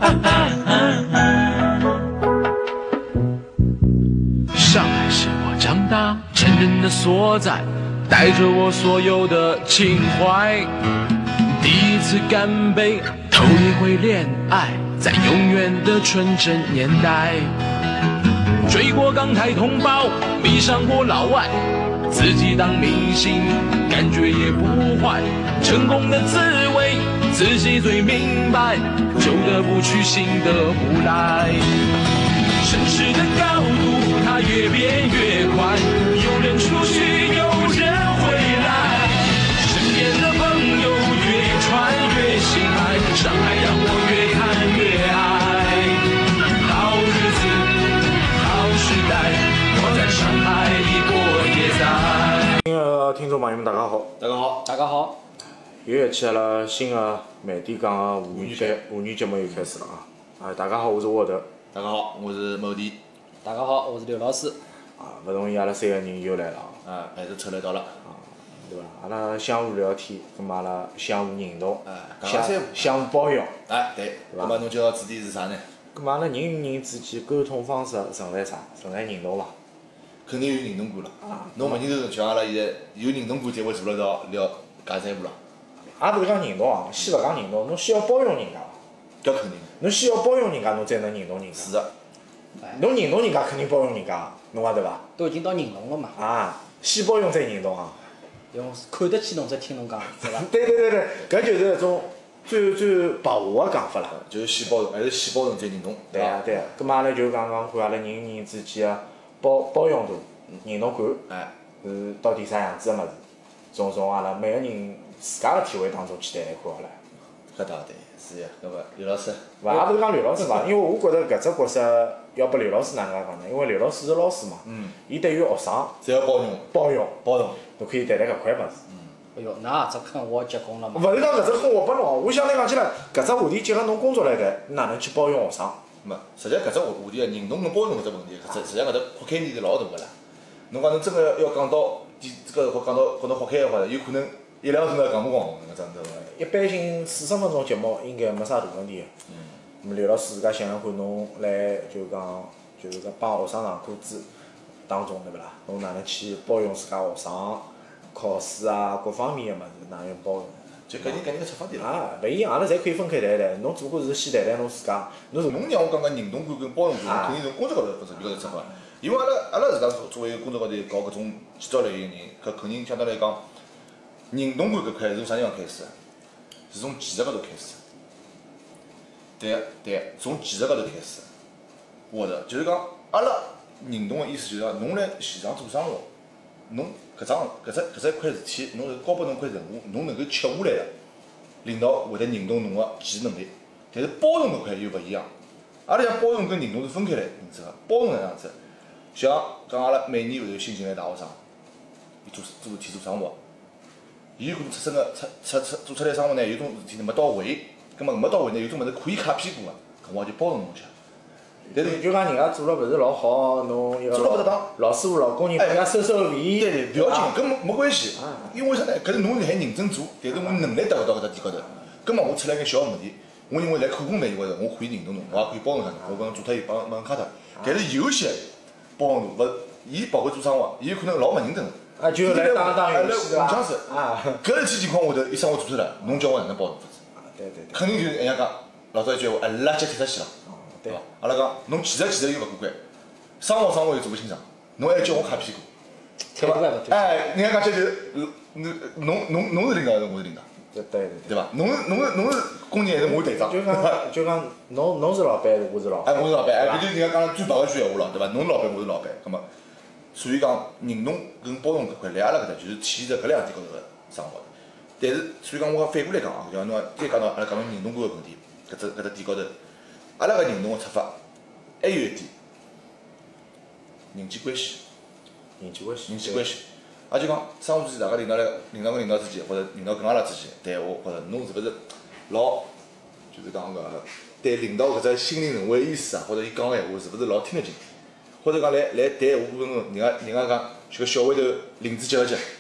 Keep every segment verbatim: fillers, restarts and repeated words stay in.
上海是我长大成人的所在，带着我所有的情怀。第一次干杯，头一回恋爱，在永远的纯真年代。追过港台同胞，迷上过老外，自己当明星，感觉也不坏。成功的滋味，自己最明白，旧的不去，新的不来。城市的高度，它越变越快，有人出去，有人回来。身边的朋友越传越心爱，上海让我越看越爱。好日子，好时代，我在上海一过也在。 新的听众朋友们，大家好， 大家好， 大家好， 又一期阿拉新的慢点讲的妇女节妇女节目又开始了啊！啊，大家好，我是沃德。 大家好，我是某弟。 大家好，我是刘老师。 啊，勿容易，阿拉三个人又来了啊！ 啊，还是凑来到了。 啊，对伐？阿拉相互聊天，葛末阿拉相互认同， 哎， 相相互包容。 哎，对。那么侬今朝主题是啥呢？ 葛末阿拉人与人之间沟通方式存在啥？存在认同伐？ 肯定有认同感了。啊。侬勿认同，像阿拉现在有认同感才会坐辣一道聊搿三步了。 也勿是讲认同啊，先勿讲认同，侬先要包容人家。 搿肯定。 侬先要包容人家，侬才能认同人家。 是的。 侬认同人家，肯定包容人家，侬讲对伐？ 都已经到认同了嘛。 啊，先包容再认同啊。 用看得起侬再听侬讲，对伐？ 对对对对，搿就是一种最最白话个讲法啦。 就是先包容，还是先包容再认同。 对啊对啊，葛末阿拉就讲讲看阿拉人与人之间个包包容度、认同感， 哎， 是到底啥样子个物事？从从阿拉每个人自家个体会当中去谈谈看好了。 搿倒对，是呀。搿么刘老师， 勿也勿是讲刘老师嘛，因为我觉着搿只角色要拨刘老师哪能介讲呢？因为刘老师是老师嘛， 嗯， 伊对于学生侪要包容， 包容， 包容。 侬可以谈谈搿块物事。 哎哟，那只坑我结棍了嘛。 勿是讲搿只坑我拨侬，我想来讲起来，搿只话题结合侬工作来谈，哪能去包容学生？ 没，实际搿只话话题啊，认同跟包容搿只问题，实实际上搿只扩开面是老大个啦。侬讲侬真个要讲到点这个讲到讲到扩开个话，有可能一两个钟头讲勿光搿种对伐？ 一般性四十分钟节目应该没啥大问题。嗯。那么刘老师自家想想看，侬来就讲就是讲帮学生上课子当中对勿啦？侬哪能去包容自家学生考试啊各方面个物事，哪能包容？ 就搿人搿人个出发点啦。 啊，勿一样，阿拉侪可以分开谈谈。侬只不过是先谈谈侬自家，侬是侬让我讲讲认同感跟包容感，肯定从工作高头不是搿个出发。因为阿拉阿拉自家作作为工作高头搞搿种建造类个人，搿肯定相对来讲，认同感搿块是从啥地方开始？是从技术高头开始。对对，从技术高头开始。我的就是讲，阿拉认同个意思就是讲，侬来现场做生活，侬搿桩搿只搿只块事体，侬是交拨侬块任务，侬能够吃下来个，领导会得认同侬个技术能力。但是包容搿块又勿一样。阿拉讲包容跟认同是分开来认知个。包容哪样子？像讲阿拉每年会有新进来大学生，伊做做事体做生活，伊有可能出生个出出出做出来生活呢，有种事体呢没到位，葛末没到位呢，有种物事可以卡屁股个，搿我就包容侬吃。但是就讲人家做了勿是老好，侬一个做了勿得当， 老师傅老工人大家收收皮， 对对，勿要紧，搿没没关系，因为啥呢？搿是侬还认真做，但是我能力达勿到搿只点高头，葛末我出来眼小问题，我认为辣可控范围高头，我可以认同侬，我也可以包容下侬，我帮侬做脱伊帮帮侬卡脱。但是有些包容度勿，伊包括做生活，伊有可能老勿认真个。 啊，就来打打游戏对伐？ 枪手啊， 搿事体情况下头，伊生活做出来，侬叫我哪能包容法子？ 啊，对对对。 肯定就是人家讲老早一句话，哎，垃圾踢出去了， 对伐？阿拉讲侬技术技术又勿过关，生活生活又做勿清爽，侬还叫我卡屁股， 对伐？ 哎，人家讲就是侬侬侬侬是领导还是我是领导？ 对对对。 对伐？侬是侬是侬是工人还是我队长？ 就讲就讲侬侬是老板，我是老板。 哎，我是老板，哎，搿就是人家讲最白个句闲话咯，对伐？侬是老板，我是老板，葛末。所以讲认同跟包容搿块，辣阿拉搿搭就是体现在搿两点高头个生活。但是，所以讲我反过来讲啊，就像侬再讲到阿拉讲到认同感个问题，搿只搿只点高头，阿拉个认同个出发，还有一点人际关系。 人际关系。 人际关系。也就讲生活之间，大家领导来领导跟领导之间，或者领导跟阿拉之间谈话，或者侬是勿是老，就是讲搿对领导搿只心领神会意思啊，或者伊讲个闲话是勿是老听得进？或者讲来来谈闲话过程中，人家人家讲就个小回头领子结勿结？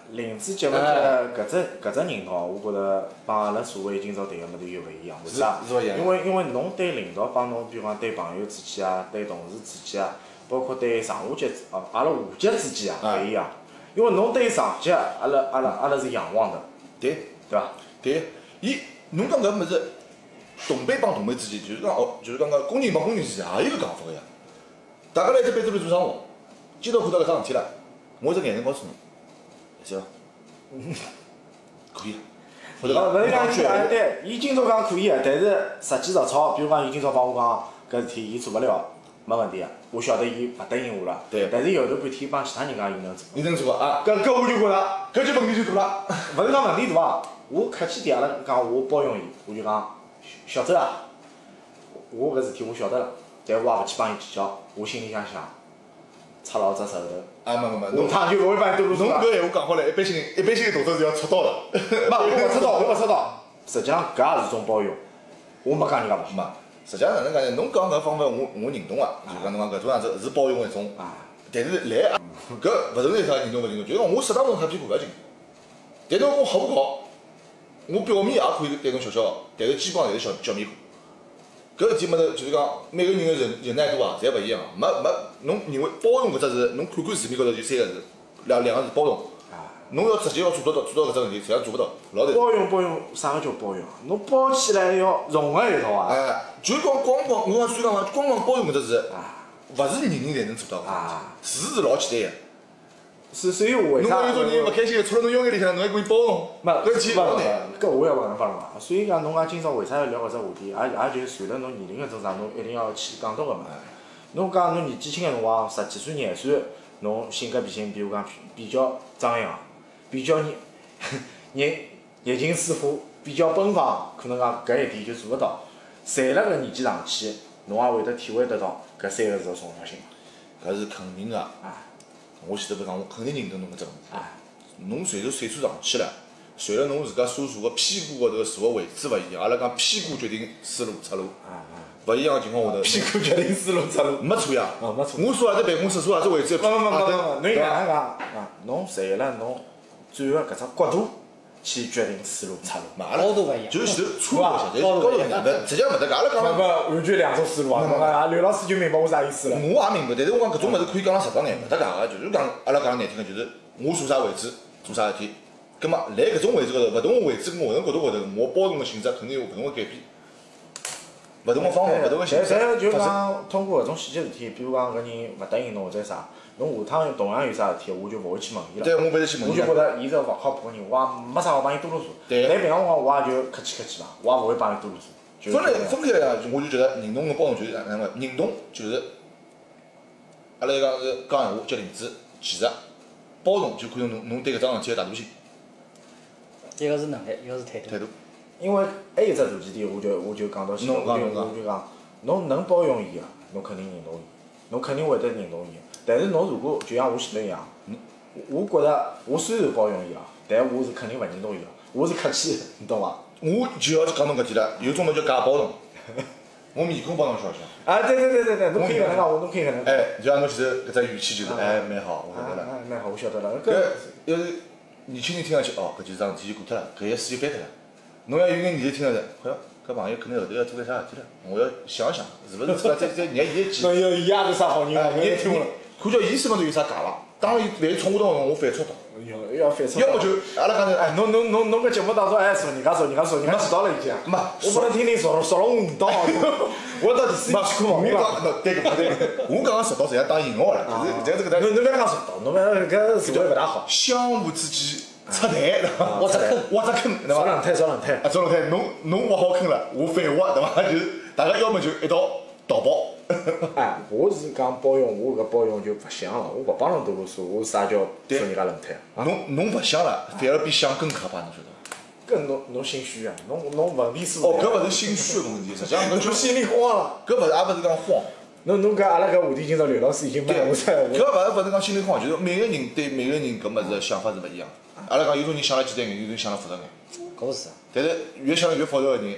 林子节目的搿只搿只人哦，我觉着帮阿拉社会今朝谈个物事又勿一样，为啥？ 是勿一样因为因为侬对领导帮侬，比如讲对朋友之间啊，对同事之间啊，包括对上下级哦，阿拉下级之间啊，勿一样。因为侬对上级，阿拉阿拉阿拉是仰望的， 对对伐？ 对，伊侬讲搿物事，同辈帮同辈之间，就是讲哦，就是讲个工人帮工人之间也有一个讲法个呀。大家辣一只班子里做生活，今朝看到搿桩事体了，我有只眼神告诉侬，行伐？可以。或者讲， 勿是讲伊讲讲对，伊今朝讲可以个，但是实际实操，比如讲伊今朝帮我讲搿事体伊做勿了，没问题个，我晓得伊勿答应我了。 对但是后头半天帮其他人讲伊能做。 你能做啊？ 搿搿我就觉着， 搿就问题就大了。 勿是讲问题大啊，我客气点阿拉讲我包容伊，我就讲小周啊，我搿事体我晓得了，但我也勿去帮伊计较，我心里想想，插牢只手头。 啊，没没没， 下侬趟就勿会帮伊多啰嗦了。 侬搿闲话讲好了，一般性一般性的动作是要出刀的。 没，我勿出道，我勿出道。实际上搿也是种包容，我没讲人家勿好。 嘛，实际上哪能讲呢？侬讲搿方法我我认同啊，就讲侬讲搿种样子是包容一种，但是来啊，搿勿存在啥认同勿认同，就是讲我适当侬黑屁股勿要紧，但侬我好不好？我表面也可以对侬笑笑，但是基本上侪是笑笑面孔。搿事体么头就是讲每个人个忍忍耐度啊，侪勿一样。没没，侬认为包容搿只字，侬看看字面高头就三个字，两两个字包容。侬要直接要做到做到搿只问题，实际上做勿到，老难。 包容包容，啥个叫包容？侬包起来要融合一道啊！ 哎，就光光光，我讲虽然讲光光包容搿只字，勿是人人侪能做到啊个，事是老简单个。 是，所以为啥？ 侬讲有种人勿开心，坐辣侬腰眼里向，侬还可以包容， 没， 搿事体老难。 搿我也勿能帮侬讲。所以讲，侬讲今朝为啥要聊搿只话题？也也就随着侬年龄个增长，侬一定要去讲到个嘛。侬讲侬年纪轻个辰光，十几岁、廿岁，侬性格脾性，比如讲比较张扬，比较热热热情似火，比较奔放，可能讲搿一点就做勿到。随了搿年纪上去，侬也会得体会得到搿三个字个重要性。 搿是肯定个。我前头勿讲，我肯定认同侬搿只问题。侬随着岁数上去了，随了侬自家所坐个屁股高头坐个位置勿一样，阿拉讲屁股决定思路出路。勿一样个情况下头， 屁股决定思路出路。 没错呀。 哦，没错。 我坐何只办公室，坐何只位置。 没没没没没，侬应该哪能讲啊？侬随了侬转个搿只角度去决定思路出路。 嘛， 高度勿一样。 就是前头差勿多些，高度勿一样。勿，实际上勿得，阿拉讲没没，完全两种思路啊！侬讲刘老师就明白我啥意思了。 我也明白，但是我讲搿种物事可以讲了直当眼，勿得讲个，就是讲阿拉讲难听个，就是我坐啥位置做啥事体。葛末辣搿种位置高头，勿同个位置跟勿同角度高头，我包容个性质肯定有勿同个改变。勿同个方法，勿同个性质。 但但就讲通过搿种细节事体，比如讲搿人勿答应侬或者啥，侬下趟同样有啥事体，我就勿会去问伊了。 对，我勿会去问伊。 我就觉着伊是个勿靠谱个人，我也没啥好帮伊多啰嗦。 对。 但平常辰光我也就客气客气伐，我也勿会帮伊多啰嗦。 分开分开呀，我就觉得认同跟包容就是哪能个？认同就是阿拉讲是讲闲话接领子，其实包容就看侬侬对搿桩事体个态度性。 一个是能力，一个是态度。 态度。 因为还有一只大前提，我就我就讲到前头，我就我就讲，侬能包容伊个，侬肯定认同伊，侬肯定会得认同伊。但是侬如果就像我前头一样，我觉着我虽然包容伊个，但我是肯定勿认同伊个，我是客气，你懂伐？ 我就要讲侬搿点了，有种物事叫假包容。我面孔帮侬笑笑。 啊，对对对对对，侬可以搿能讲，我侬可以搿能讲。 哎，就像侬前头搿只语气就是，哎，蛮好，我晓得了。 哎，蛮好，我晓得了。 搿要是年轻人听上去，哦，搿就是桩事体就过脱了，搿一事就翻脱了。侬要有眼年纪听上去，好像搿朋友可能后头要做点啥事体了，我要想想，是勿是再再再让伊一记。 侬有伊也是啥好人啊？ 伊听了，看叫伊身份头有啥假伐？当然，万一冲我到我反错到。 要要反错。 要么就阿拉讲的， 哎，侬侬侬侬搿节目当中，哎，说人家说人家说人家知道了已经。 没， 我不能听听说说了我误导。我到第四去看毛病了。 侬对个不对个？我刚刚说到实际上打引号了，就是这个搿侬侬勿要讲说到，侬勿搿词汇勿大好。 相互之间插台，对伐？ 挖只坑， 挖只坑，对伐？ 少两胎，少两胎。 啊，少两胎，侬侬挖好坑了，我反挖，对伐？就是大家要么就一道逃跑。 哎，我是讲包容，我搿包容就勿想了，我勿帮侬多啰嗦，我啥叫说人家轮胎？ 侬侬勿想了，反而比想更可怕，侬晓得伐？ 搿侬侬心虚啊，侬侬问题所哦，搿勿是心虚个问题，实际上搿就心里慌了。 搿勿是也勿是讲慌。 侬侬搿阿拉搿话题今朝刘老师已经问我出来搿勿是勿是讲心里慌，就是每个人对每个人搿物事个想法是勿一样。阿拉讲有种人想了简单眼，有种人想了复杂眼。 搿是。 但是越想越复杂个人，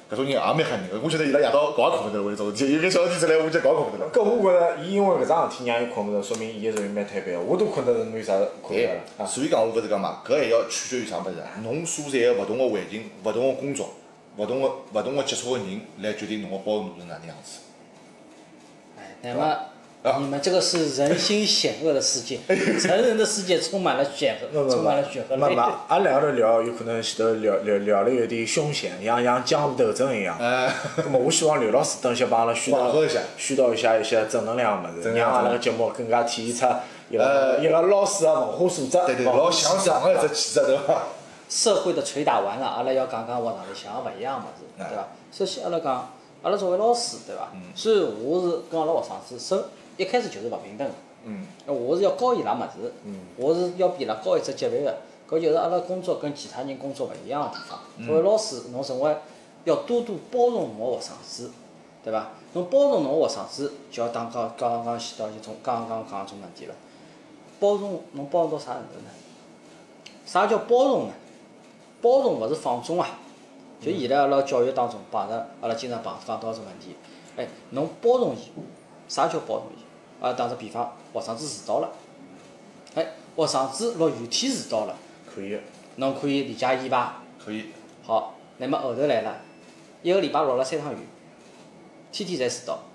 搿种人也蛮吓人个。我觉得伊拉夜到觉也困勿着为种事体，有个小弟出来，我就觉困勿着了。 搿我觉着，伊因为搿桩事体让伊困勿着，说明伊个属于蛮坦白个。我都困得着，侬有啥困勿着了？ 所以讲，我勿是讲嘛，搿还要取决于啥物事啊？侬所在个勿同个环境、勿同个工作、勿同个勿同个接触个人，来决定侬个包容度是哪能样子。 哎，那么。你们这个是人心险恶的世界，成人的世界充满了血和，充满了血和泪。 没没，阿两个头聊，有可能前头聊聊聊了有点凶险，像像江湖斗争一样。哎。那么我希望刘老师等歇帮阿拉宣导宣导一下一些正能量个物事，让阿拉个节目更加体现出一个一个老师个文化素质。 对对，老向上个一只气质，对伐？ 社会的捶打完了，阿拉要讲讲学堂里向勿一样物事，对伐？首先阿拉讲，阿拉作为老师，对伐？虽然我是跟阿拉学生子首。一开始就是勿平等个，嗯，我是要教伊拉物事，嗯，我是要比伊拉高一只级别个，搿就是阿拉工作跟其他人工作勿一样个地方。作为老师，侬成为要多多包容侬个学生子，对伐？侬包容侬个学生子，就要当刚刚刚前到一种刚刚讲一种问题了。包容侬包容到啥程度呢？啥叫包容呢？包容勿是放纵啊！就现在阿拉教育当中碰着，阿拉经常碰讲到一种问题，哎，侬包容伊，啥叫包容伊？啊，打个比方，学生子迟到了，哎，学生子落雨天迟到了， 可以， 侬可以理解伊伐？ 可以。 好，那么后头来了，一个礼拜落了三趟雨，天天侪迟到。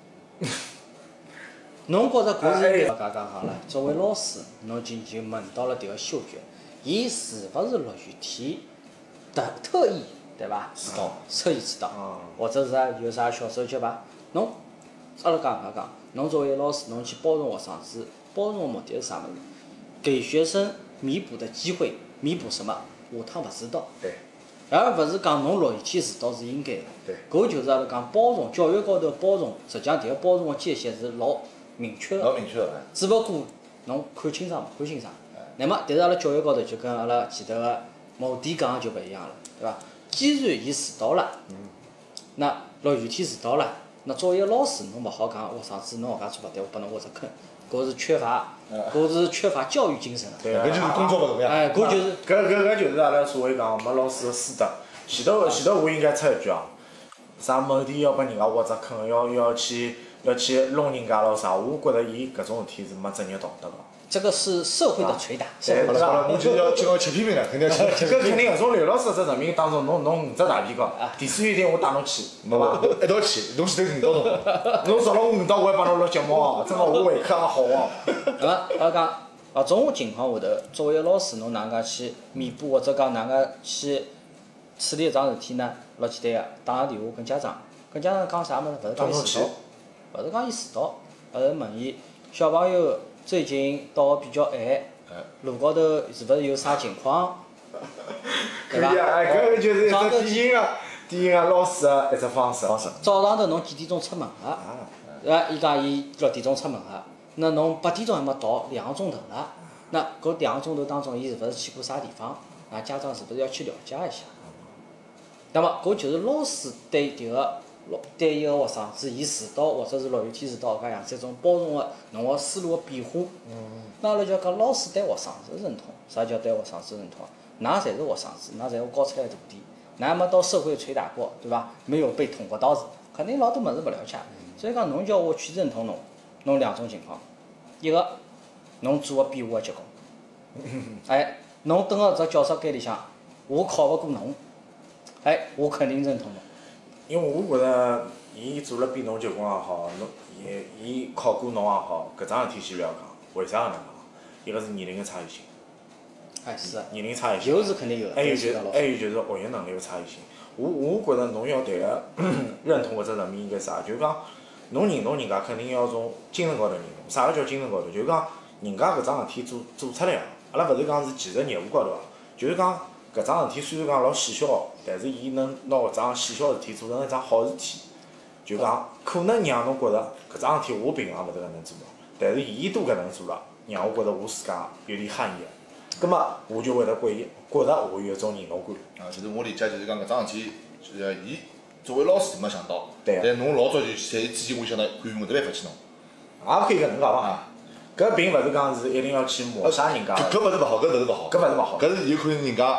侬觉着搿是刚刚讲了，作为老师，侬就就闻到了迭个嗅觉，伊是勿是落雨天特特意对伐？ 迟到， 特意迟到，或者是有啥小手脚伐？侬阿拉讲讲讲。侬作为老师，侬去包容学生子，包容的目的是啥物事？给学生弥补的机会，弥补什么？下趟勿迟到。 对。 而勿是讲侬落雨天迟到是应该的。 对。 搿就是阿拉讲包容，教育高头包容，实际上迭个包容的界限是老明确的。 老明确的。 只勿过侬看清爽勿看清爽。那么，但是阿拉教育高头就跟阿拉前头个某点讲个就勿一样了，对伐？既然伊迟到了，嗯，那落雨天迟到了。那作为一个老师，侬勿好讲学生子侬学家做勿对，我拨侬挖只坑，搿是缺乏，搿是缺乏教育精神。 对， 搿就是工作勿重要。 哎，搿就是搿搿搿就是阿拉所谓讲没老师个师德。前头前头我应该插一句啊，啥某地要拨人家挖只坑，要要去要去弄人家咯啥，我觉着伊搿种事体是没职业道德个。 这个是社会的捶打。 对， 好了好了，侬就要就要吃批评了，肯定要吃。 搿肯定个，从刘老师只人名当中，侬侬五只大皮糕，第四一天我带侬去， 没嘛，一道去，侬前头引导侬， 侬找了我五道，我还帮侬录节目哦，真个我胃口也好哦。 那么阿拉讲，啊，种情况下头，作为一个老师，侬哪能介去弥补或者讲哪能介去处理一桩事体呢？老简单个，打个电话跟家长，跟家长讲啥物事？勿是讲伊迟到，勿是讲伊迟到，而是问伊小朋友。最近到比较晚，路高头是勿是有啥情况？对伐？ 哎，搿个就是一只典型个典型个老师个一只方式。 早上头侬几点钟出门个？对伐？伊讲伊六点钟出门个，那侬八点钟还没到，两个钟头了。那搿两个钟头当中，伊是勿是去过啥地方？啊，家长是勿是要去了解一下？那么搿就是老师对迭个。对一个学生子，伊迟到或者是落雨天迟到，搿样子一种包容个侬个思路个变化。嗯。那阿拉就讲老师对学生子认同，啥叫对学生子认同？㑚侪是学生子，㑚侪我教出来的徒弟，㑚还没到社会捶打过，对伐？没有被捅过刀子，肯定老多物事勿了解。所以讲，侬叫我去认同侬，侬两种情况，一个侬做个比我结棍，哎，侬蹲个只教室间里向，我考勿过侬，哎，我肯定认同侬。 因为我觉着，伊做了比侬结棍也好，侬伊伊考过侬也好，搿桩事体先勿要讲，为啥搿能讲？一个是年龄个差异性， 哎是啊， 年龄差异性， 有是肯定有， 还有就还有就是学习能力个差异性。我我觉着侬要对个认同搿只人面应该啥？就是讲，侬认同人家，肯定要从精神高头认同。啥个叫精神高头？就是讲，人家搿桩事体做做出来个，阿拉勿是讲是技术业务高头个，就是讲。搿桩事体虽然讲老细小，但是伊能拿搿桩细小事体做成一桩好事体，就讲可能让侬觉着搿桩事体我平常勿是搿能做个，但是伊都搿能做了，让我觉着我自家有点汗颜。葛末我就会得觉伊觉着我有一种认同感。 啊，其实我理解就是讲搿桩事体，就是伊作为老师没想到， 对但侬老早就在之前，我想到可以用搿只办法去弄。 也可以搿能讲伐？搿并勿是讲是一定要去抹杀人家。 搿搿勿是勿好，搿勿是勿好。 搿勿是勿好。 搿是有可能人家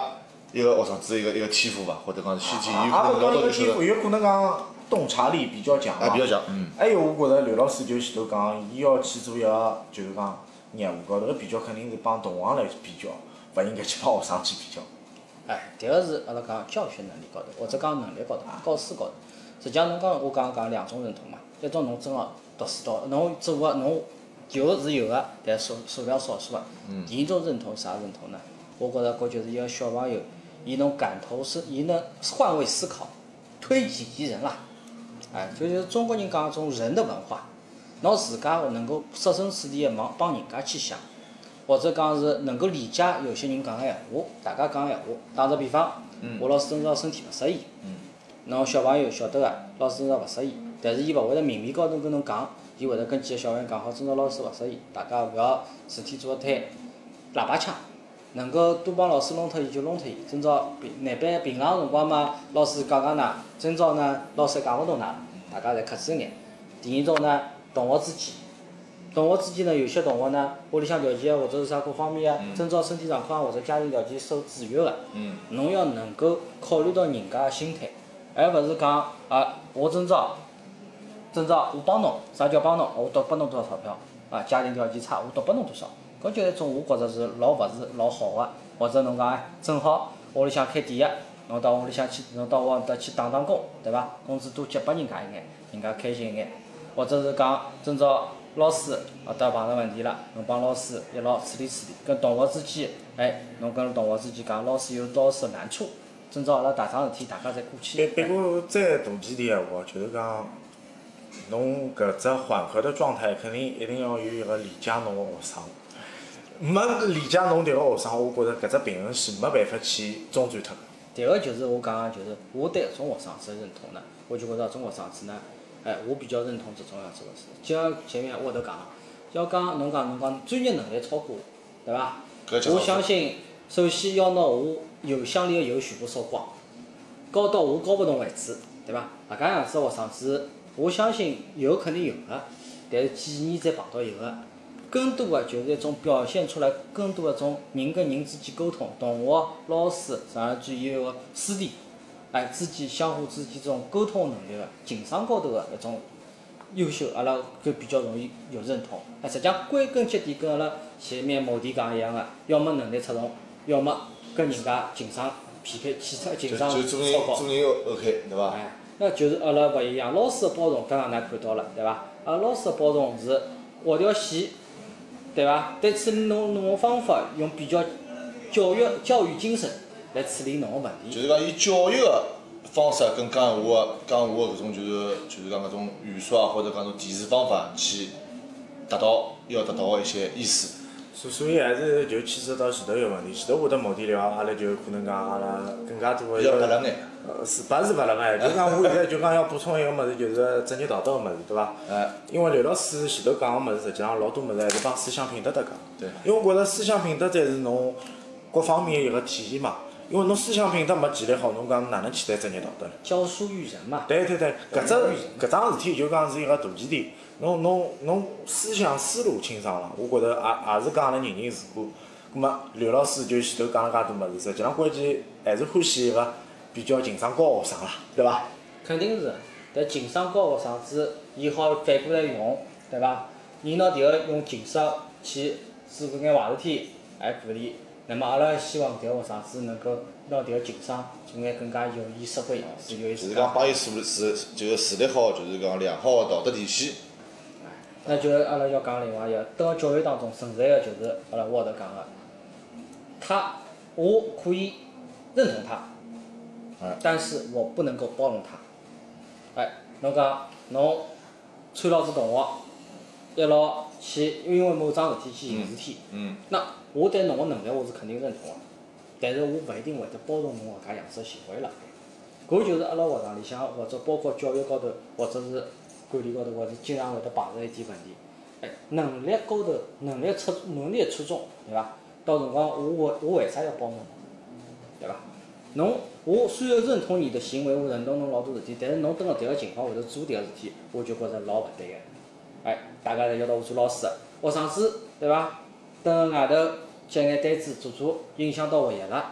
一个学生子一个一个天赋伐，或者讲是先天也有可能老勿讲一个早就晓得， 天赋，有可能讲洞察力比较强嘛。 啊比较强，嗯， 还有我觉着刘老师就前头讲，伊要去做一个就是讲业务高头个比较，肯定是帮同行来比较，勿应该去帮学生去比较。 哎，迭个是阿拉讲教学能力高头，或者讲能力高头、教师高头。实际上侬讲我刚刚讲两种认同嘛，一种侬真个读书到，侬做个侬有是有个，但数数量少数个。第一种认同啥认同呢？我觉着搿就是一个小朋友，伊能感同身，伊能换位思考，推己及人啦。哎，这就是中国人讲一种人的文化，侬自家能够设身处地个帮帮人家去想。或者讲是能够理解有些人讲个闲话，大家讲个闲话。打个比方，我老师今朝身体勿适宜，侬小朋友晓得个，老师今朝勿适宜，但是伊勿会得明面高头跟侬讲，伊会得跟几个小朋友讲好，今朝老师勿适宜，大家勿要事体做得太喇叭腔，能够多帮老师弄脱伊就弄脱伊。今朝平难办平常辰光嘛，老师讲讲㑚，今朝呢老师讲勿动㑚，大家侪克制眼。第二种呢，同学之间。同学之间呢，有些同学呢，屋里向条件或者是啥各方面啊，今朝身体状况或者家庭条件受制约个，侬要能够考虑到人家个心态，而勿是讲啊，我今朝，今朝我帮侬，啥叫帮侬？我多拨侬多少钞票啊？家庭条件差，我多拨侬多少？搿就一种我觉着是老勿是老好个，或者侬讲哎，正好屋里向开店个，侬到屋里向去，侬到屋里搭去打打工，对伐？工资多结拨人家一眼，人家开心一眼，或者是讲今朝。老师啊，搭碰着问题了，侬帮老师一道处理处理。跟同学之间，哎，侬跟同学之间讲，老师有老师的难处。今朝阿拉大桩事体，大家侪过去。 不不过再大前提闲话，就是讲，侬搿只缓和的状态，肯定一定要有一个理解侬个学生。没理解侬迭个学生，我觉着搿只平衡线没办法去中断脱。 迭个就是我讲个，就是我对搿种学生子认同呢，我就觉着搿种学生子呢。哎，我比较认同这种样子个事。就像前面我头讲，要讲侬讲侬讲专业能力超过，对伐？我相信，首先要拿我邮箱里个邮全部烧光，交到我交勿动为止，对伐？搿介样子个学生子，我相信有肯定有个，但是几年才碰到一个。更多个就是一种表现出来更多一种人跟人之间沟通，同学、老师，甚至于有个师弟。哎，之间相互之间这种沟通能力个、情商高头个一种优秀，阿拉就比较容易有认同。哎，实际上归根结底跟阿拉前面某地讲一样个，要么能力出众，要么跟人家情商匹配，汽车情商超高。 就做人做人 OK， 对伐？ 哎，那就是阿拉勿一样。老师个包容，刚刚㑚看到了，对伐？阿拉老师个包容是画条线，对伐？对处理侬侬个方法，用比较教育教育精神。来处理侬个问题， 就是讲以教育个方式跟讲闲话个讲闲话搿种就是就是讲搿种语速啊，或者讲种提示方法去达到要达到个一些意思。 所所以还是就牵涉到前头一个问题，前头会得目的了，阿拉就可能讲阿拉更加多个。 要白了眼。 呃，是不是白了眼？就讲我现在就讲要补充一个物事，就是职业道德个物事，对伐？ 哎。 因为刘老师前头讲个物事，实际上老多物事还是帮思想品德搭界。 对。 因为我觉着思想品德才是侬各方面一个体现嘛。因为侬思想品德没建立好，侬讲哪能期待职业道德呢？ 教书育人嘛。 对对对，搿只搿桩事体就讲是一个大前提。侬侬侬思想思路清爽了，我觉着也也是讲阿拉人人自古。葛末刘老师就前头讲了介多物事，实际上关键还是欢喜一个比较情商高个学生啦，对伐？ 肯定是，但情商高个学生子，伊好反过来用，对伐？伊拿迭个用情商去做搿眼坏事体，还鼓励。那么阿拉希望迭个学生子能够拿迭个情商做眼更加有益社会，是有益就是讲帮伊树立树就是树立好就是讲良好个道德体系。 那就阿拉要讲另外一个，蹲辣教育当中存在个就是阿拉我头讲个，他我可以认同他，但是我不能够包容他。哎，侬讲侬参牢子同学一道去因为某桩事体去寻事体， 嗯， 那我对侬个能力我是肯定认同个，但是我勿一定会得包容侬搿介样子个行为了。搿就是阿拉学堂里向或者包括教育高头，或者是管理高头，或者经常会得碰着一点问题。哎，能力高头能力出能力出众，对伐？到辰光我我我为啥要包容侬？对伐？侬我虽然认同你的行为，我认同侬老多事体，但是侬蹲辣迭个情况下头做迭个事体，我就觉着老勿对个。哎，大家侪晓得我做老师个，学生子对伐？蹲外头接眼单子做做，影响到学习了。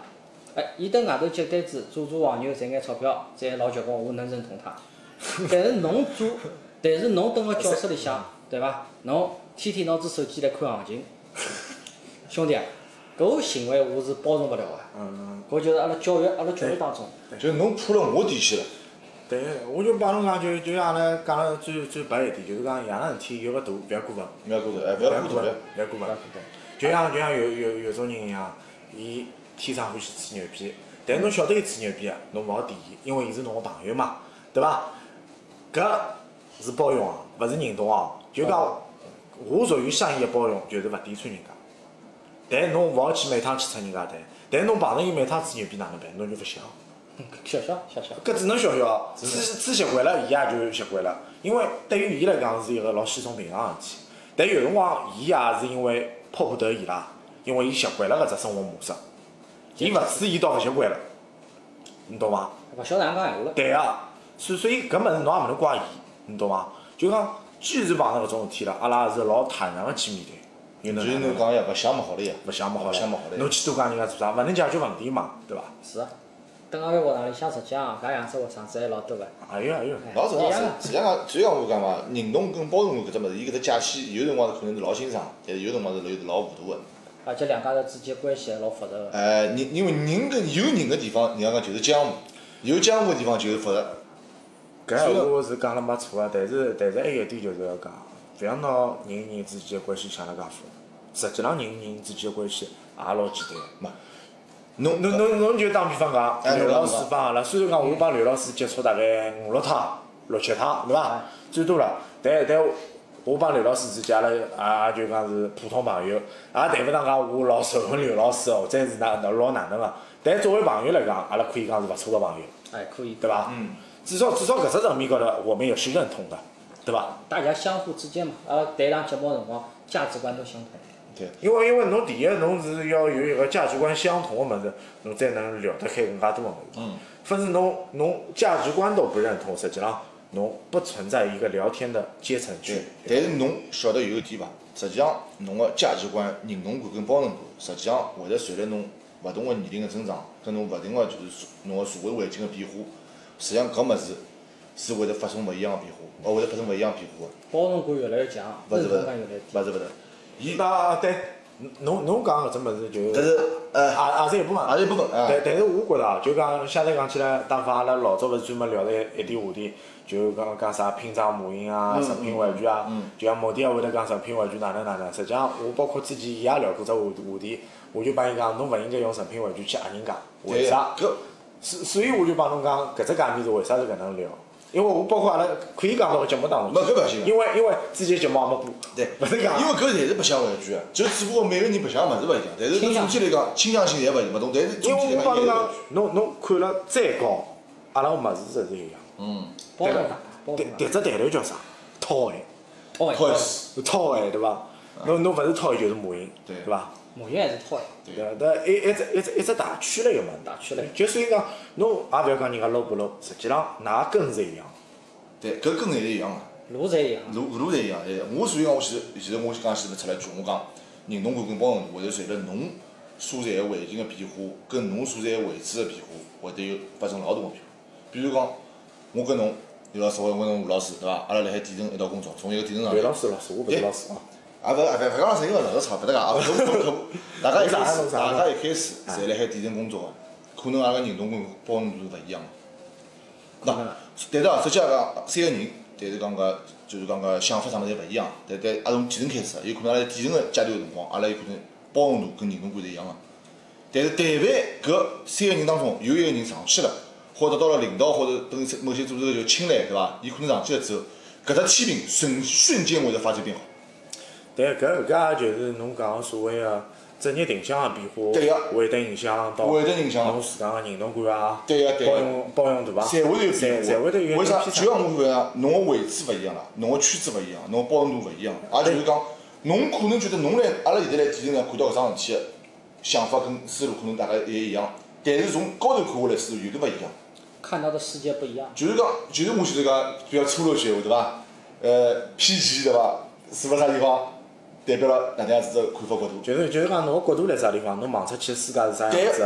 哎，伊等外头接单子做做黄牛赚眼钞票，再老结棍，我能认同他。但是侬做，但是侬蹲辣教室里向，对伐？侬天天拿只手机来看行情，兄弟啊，搿个行为我是包容勿了个。嗯。搿就是阿拉教育，阿拉教育当中。 就是侬破了我底线了。 对，我就帮侬讲，就就像阿拉讲了最最白一点，就是讲样样事体有个度，勿要过分。 勿要过头，哎，勿要过头， 勿要过分。就像就像有有有种人一样，伊天生欢喜吹牛逼，但是侬晓得伊吹牛逼啊，侬勿好点伊，因为伊是侬个朋友嘛，对伐？搿是包容啊，勿是认同啊。就讲我属于善意的包容，就是勿点穿人家。但侬勿好去每趟去出人家单，但侬碰着伊每趟吹牛逼哪能办？侬就勿想。 笑笑笑笑， 搿只能笑笑，吹吹习惯了，伊也就习惯了。因为对于伊来讲是一个老稀松平常个事体，但有辰光伊也是因为迫不得已啦，因为伊习惯了搿只生活模式，伊勿是伊倒勿习惯了，你懂伐？ 勿晓得哪能讲闲话了。 对啊，所所以搿物事侬也勿能怪伊，你懂伐？就讲既然碰着搿种事体了，阿拉是老坦然个去面对。 就是侬讲呀，勿想么好了呀， 勿想么好了， 想么好了。 侬去多讲人家做啥？勿能解决问题嘛，对伐？ 是啊。等阿拉学堂里向，实际上搿样子学生子还老多个。 哎哟哎哟， 老正常。实际上讲，就像我讲嘛，认同跟包容搿只物事，伊搿只界限有辰光是可能是老清爽，但是有辰光是是老糊涂个。 而且两家头之间关系还老复杂个。 哎，人因为人跟有人个地方，人家讲就是江湖，有江湖个地方就是复杂。 搿闲话是讲了没错个，但是但是还有一点就是要讲，勿要拿人人之间个关系想了介复杂。实际上人人之间个关系也老简单。 嘛， 侬侬侬侬就打比方讲，刘老师帮阿拉，虽然讲我帮刘老师接触大概五六趟、六七趟，对伐？最多了。但但我帮刘老师之间，阿拉也就讲是普通朋友，也谈勿上讲我老仇恨刘老师或者是哪老哪能个。但作为朋友来讲，阿拉可以讲是勿错个朋友。 哎，可以。 对伐？嗯。至少至少搿只层面高头，我们也是认同的，对伐？ 大家相互之间嘛，阿拉谈一档节目个辰光，价值观都相同。 对， 因为因为侬第一，侬是要有一个价值观相同的物事，侬才能聊得开更加多个物事。嗯。反正侬侬价值观都不认同，实际上侬不存在一个聊天的阶层区。 但是侬晓得有一点伐？实际上侬个价值观、认同感跟包容度，实际上会得随着侬勿同个年龄个增长，跟侬勿同个就是侬个社会环境个变化，实际上搿物事是会得发生勿一样个变化，哦，会得发生勿一样变化个。 包容感越来越强，认同感越来越低。 勿是勿是。 伊那对，侬侬讲搿只物事就， 但是呃， 也也是一部分， 也是一部分。 但但是我觉着啊，就讲相对讲起来，打发阿拉老早勿是专门聊了一点话题，就讲讲啥拼装模型啊、成品玩具啊，就像某店也会得讲成品玩具哪能哪能。实际上，我包括之前伊也聊过只话话题，我就帮伊讲，侬勿应该用成品玩具去吓人家，为啥？ 搿所所以我就帮侬讲，搿只界面是为啥是搿能聊？因为我包括阿拉可以讲到个节目当中， 没搿勿行。 因为因为之前节目也没播， 对， 勿是讲。 因为搿侪是白相玩具个，就只不过每个人白相物事勿一样，但是总体来讲倾向性侪勿勿同，但是因为我帮侬讲， 侬侬侬看了再高，阿拉个物事侪是一样。 嗯。 包容大，包容大。迭只弹头叫啥？陶艺。 陶艺。 陶艺。 陶艺对伐？侬侬勿是陶艺就是模型，对伐？ 模型还是陶艺。 对，但一一只一只一只大区类个物事， 大区类。 就所以讲，侬也勿要讲人家 low 不 low，实际上㑚根是一样。 对，搿根侪是一样个。 路侪一样。 路路侪一样，哎，我所以讲，我其实其实我刚前头出来句，我讲认同感跟包容度会得随着侬所在个环境个变化，跟侬所在个位置个变化，会得有发生老大个变化。比如讲，我跟侬刘老师，我跟侬吴老师，对伐？阿拉辣海地层一道工作，从一个地层上。 刘老师，老师，我勿是老师啊。 啊，勿勿勿讲是因为老师差，勿得讲啊，勿是客户，大家一开始，大家一开始侪辣海地层工作个，可能阿拉认同感、包容度是勿一样个。那，但是啊，实际上讲三个人，但是讲搿就是讲搿想法啥物事侪勿一样。但但阿从地层开始，有可能阿拉地层个阶段个辰光，阿拉有可能包容度跟认同感是一样个。但是但凡搿三个人当中有一个人上去了，或者得到了领导或者等某些组织个就青睐，对伐？伊可能上去了之后，搿只天平瞬瞬间会得发生变好。 对，搿搿也就是侬讲个所谓个职业定向个变化， 对个， 会得影响到会得影响侬自家个认同感啊， 对个对个， 包容包容度伐？ 侪会得有变化， 侪会得有。 为啥？就像我讲，侬个位置勿一样了，侬个圈子勿一样，侬个包容度勿一样，也就是讲，侬可能觉得侬来阿拉现在来地层上看到搿桩事体个想法跟思路可能大家也一样，但是从高头看下来思路有得勿一样。 看到的世界不一样。 就是讲，就是我前头讲比较粗鲁些话，对伐？呃，偏激对伐？是勿啥地方？代表了哪能样子的看法角度？ 就是就是讲侬个角度辣啥地方，侬望出去世界是啥样子，角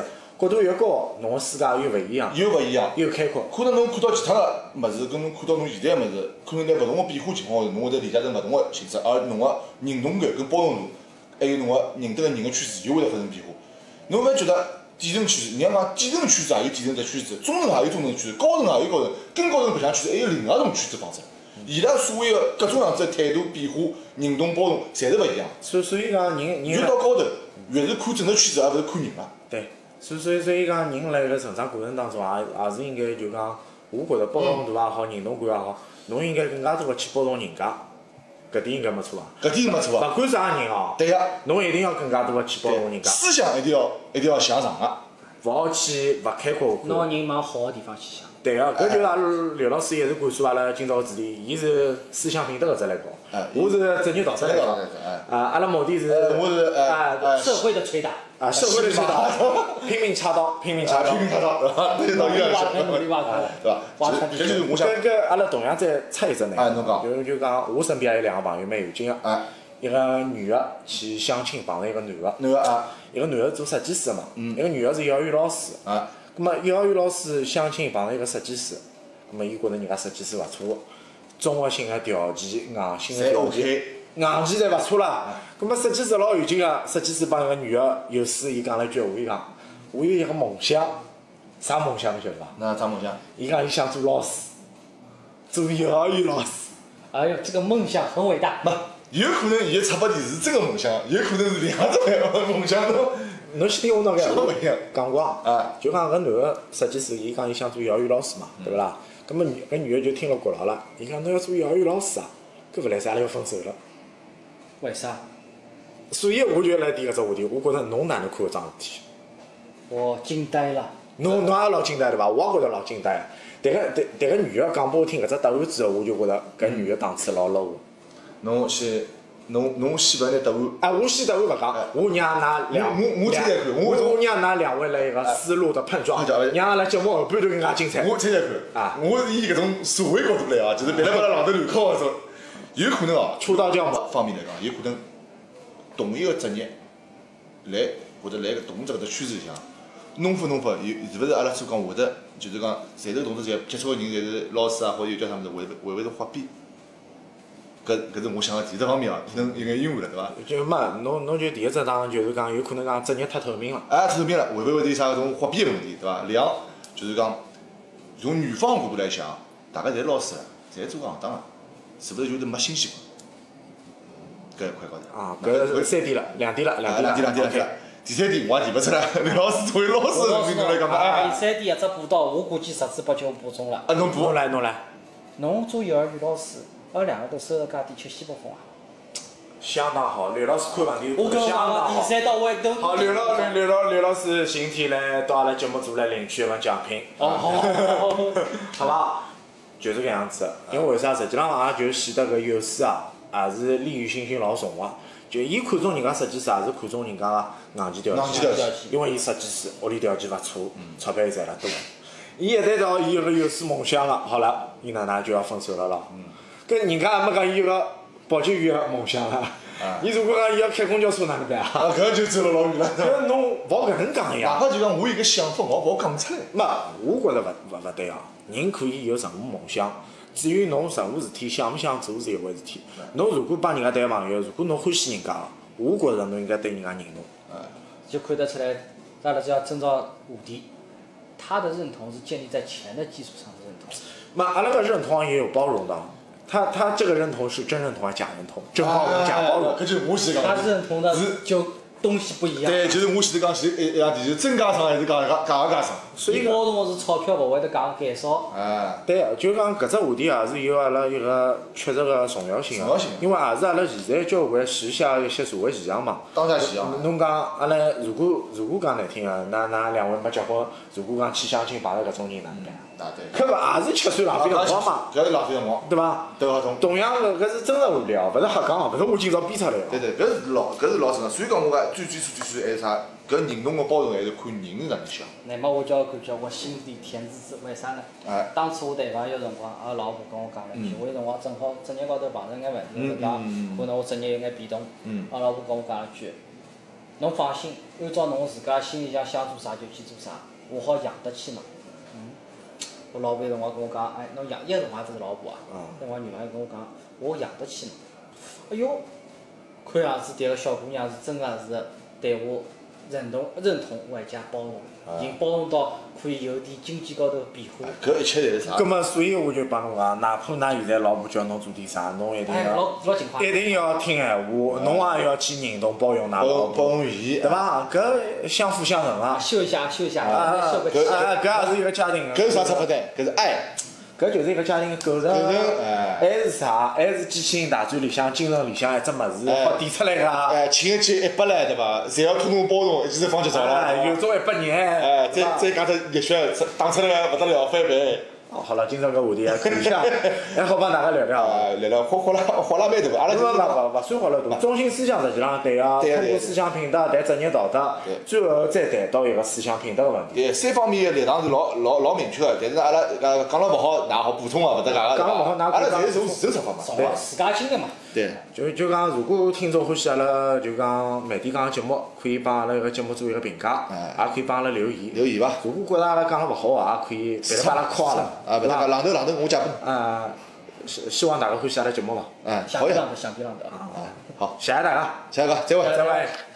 角度越高，侬个世界越勿一样， 又勿一样。 越开阔。 可能侬看到其他个物事，跟侬看到侬现在个物事，可能在勿同个变化情况下，侬会得理解成勿同个形式，而侬个认同感跟包容度，还有侬个认得个人个圈子，又会得发生变化。侬勿要觉得底层圈子，人家讲底层圈子也有底层只圈子，中层也有中层圈子，高层也有高层，更高层白相圈子还有另外一种圈子方式。伊拉所谓个各种样子的态度变化、认同、包容，侪是勿一样。 所所以讲人人越到高头，越是看整个圈子，而勿是看人了。 对，所所以所以讲人辣搿成长过程当中也也是应该就讲，我觉着包容度也好，认同感也好，侬应该更加多个去包容人家，搿点应该没错啊。 搿点没错啊。 勿管啥人哦， 对个。 侬一定要更加多个去包容人家， 思想一定要一定要向上个， 勿好去勿开阔看。 拿人往好个地方去想。 对个，搿就是阿拉刘老师一直灌输阿拉今朝个主题，伊是思想品德个只来搞，我是职业道德来搞。啊，阿拉目的是， 我是啊社会的捶打。 啊，社会的捶打，拼命插刀，拼命插刀， 拼命插刀，对吧？对， 努力挖坑，努力挖坑， 对吧？ 挖穿地搿就是我想。 搿搿阿拉同样再插一只呢， 哎，侬讲。 就就讲，我身边也有两个朋友蛮有劲个， 哎。 一个女个去相亲碰着一个男个， 男个啊， 一个男个做设计师个嘛，一个女个是幼儿园老师， 啊， 葛末幼儿园老师相亲碰着一个设计师，葛末伊觉着人家设计师勿错，综合性个条件、硬性个条件，硬件侪勿错啦。葛末设计师老有劲个，设计师帮一个女个有事，伊讲了一句话，伊讲我有一个梦想，啥梦想侬晓得伐？ 那啥梦想？ 伊讲伊想做老师，做幼儿园老师。 哎哟，这个梦想很伟大。 没。有可能伊个出发点是真个梦想，有可能是两种梦想侬。 侬先听我那个讲光啊， 就讲搿男个设计师，伊讲伊想做幼儿园老师嘛，对勿啦？葛末女搿女个就听了觉牢了，伊讲侬要做幼儿园老师啊，搿勿来三阿拉要分手了。 为啥？ 所以我就来提搿只话题，我觉着侬哪能看搿桩事体？ 我惊呆了。 侬侬也老惊呆对伐？我也觉着老惊呆。但个但但个女个讲拨我听搿只答案之后，我就觉着搿女个档次老 low 个。 侬先，侬侬先勿拿答案。 哎，我先答案勿讲，我让㑚两， 我我听听看， 我我让㑚两位来一个思路的碰撞，让阿拉节目后半段更加精彩。 我听听看，啊，我是以搿种社会角度来啊，就是别来把拉浪头乱靠搿种，有可能哦， 出道教母方面来讲，有可能同一个职业来或者来搿同只搿只圈子里向，弄法弄法有是勿是阿拉所讲会得，就是讲侪是同时在接触个人侪是老师啊或者有叫啥物事，会会勿会是画边？搿搿是我想个第一只方面哦，可能有眼阴暗了，对伐？ 就没，侬侬就第一只档就是讲有可能讲职业太透明了。 哎，太透明了，会勿会有啥搿种画边个问题，对伐？两就是讲从女方角度来想，大家侪是老师了，侪做行当了，是勿是就是没新鲜感？搿一块高头。 啊，搿三点了，两点了，两点两点两点两点。第三点我也提勿出来，刘老师作为老师的人侬来讲嘛。 第三点一只补刀，我估计十之八九补中了。 啊，侬补。 侬来侬来。 侬做幼儿园老师。阿拉两个都收入介低，吃西北风啊！ 相当好，刘老师看问题我跟相当好。 第三到位都。 好，刘老刘刘老刘老师今天来到阿拉节目组来领取一份奖品。 哦好。 好伐？就是搿样子，因为为啥？实际上也就显得搿幼师啊，也是利欲熏心老重个。就伊看中人家设计师，也是看中人家个硬件条件。 硬件条件。 因为伊设计师，屋里条件勿错，钞票又赚了多。伊一旦到伊有个幼师梦想了，好了，伊哪能就要分手了咯？跟人家还没讲伊有个保洁员个梦想啊！你如果讲伊要开公交车哪能办啊？ 啊，搿就走了老远了。 搿侬勿好搿能讲呀！ 哪怕就讲我有个想法，我勿好讲出来。 没，我觉着勿勿勿对啊！人可以有任何梦想，至于侬任何事体想勿想做是一回事体。侬如果帮人家谈朋友，如果侬欢喜人家，我觉着侬应该对人家认同。 就看得出来，阿拉只要遵照话题，他的认同是建立在钱的基础上的认同。 嘛，阿拉个认同也有包容的。他他这个认同是真认同还是假认同？真包容假包容？ 搿就是我前头讲。 他认同的就东西不一样。 对，就是我前头讲前一一样题，就是真加上还是讲假假个加上。 所以包容的是钞票，勿会得讲减少。 哎。 对，就讲搿只话题也是有阿拉一个确实个重要性个，因为也是阿拉现在交关时下一些社会现象嘛。 当下现象。 侬讲阿拉如果如果讲难听个，那那两位没结婚，如果讲去相亲碰着搿种人哪能办？ 啊对。 搿勿也是吃水浪费辰光嘛？ 搿是浪费辰光， 对伐？ 对合同。 同样个，搿是真实话题哦，勿是瞎讲哦，勿是我今朝编出来个。 对对，搿是老搿是老正常。所以讲我讲最最初最初还是啥？搿认同个包容还是看人是哪能想。 乃末我就要感觉我心里甜滋滋，为啥呢？ 哎。 当初我谈朋友辰光，阿拉老婆跟我讲了一句，我有辰光正好职业高头碰着眼问题，对伐？可能我职业有眼变动，阿拉老婆跟我讲了一句， 侬放心，按照侬自家心里向想做啥就去做啥，我好养得起侬。嗯。我老婆有辰光跟我讲，哎，侬养，伊个辰光还不是老婆啊。嗯。那辰光女朋友跟我讲，我养得起侬。哎哟，看样子迭个小姑娘是真个是对我认同、认同外加包容，已经包容到可以有点经济高头变化。 搿一切侪是啥？ 葛末所以我就帮侬讲，哪怕㑚现在老婆叫侬做点啥，侬一定哎， 要老老情况。 一定要听闲话，侬也要去认同包容㑚包老婆， 容包容伊， 对伐？搿相辅相成啊。 秀一下，秀一下， 啊， 秀个搿啊搿也是一个家庭个。 搿是啥出发点？搿是爱。 搿就是一个家庭个构成， 构成哎还是啥？还是机器人大战里向精神里向一只物事哎好点出来个。 哎，请一记一百来对伐？侪要通过包容，一记头放就着了。 哎，有种一百年。 哎，再再讲只热血，打出来个勿得了，翻倍。 哦，好了，今朝搿话题还可以啊，还好帮大家聊聊啊。 啊，聊聊豁豁拉豁拉蛮大，阿拉勿就是讲勿勿勿算好了大，中心思想实际上对个， 对对通过思想品德谈职业道德对， 最后再谈到一个思想品德个问题。 对三方面个立场是老老老明确个，但是阿拉呃讲了勿好，㑚好补充个，勿得讲个。 讲了勿好㑚阿拉可以讲侪是从自头出发嘛。 从自家经历嘛。 对。 就就讲，如果听众欢喜阿拉就讲慢点讲个节目，可以帮阿拉搿节目做一个评价，也可以帮阿拉留言。 留言伐？ 如果觉着阿拉讲了勿好啊，也可以别来把阿拉夸阿拉。 啊，勿得讲，榔头榔头我加分。 啊，希希望大家欢喜阿拉节目伐？ 嗯，好呀。 想必浪的，想必浪的啊。 好， 谢谢大家， 下一个再会。 再会。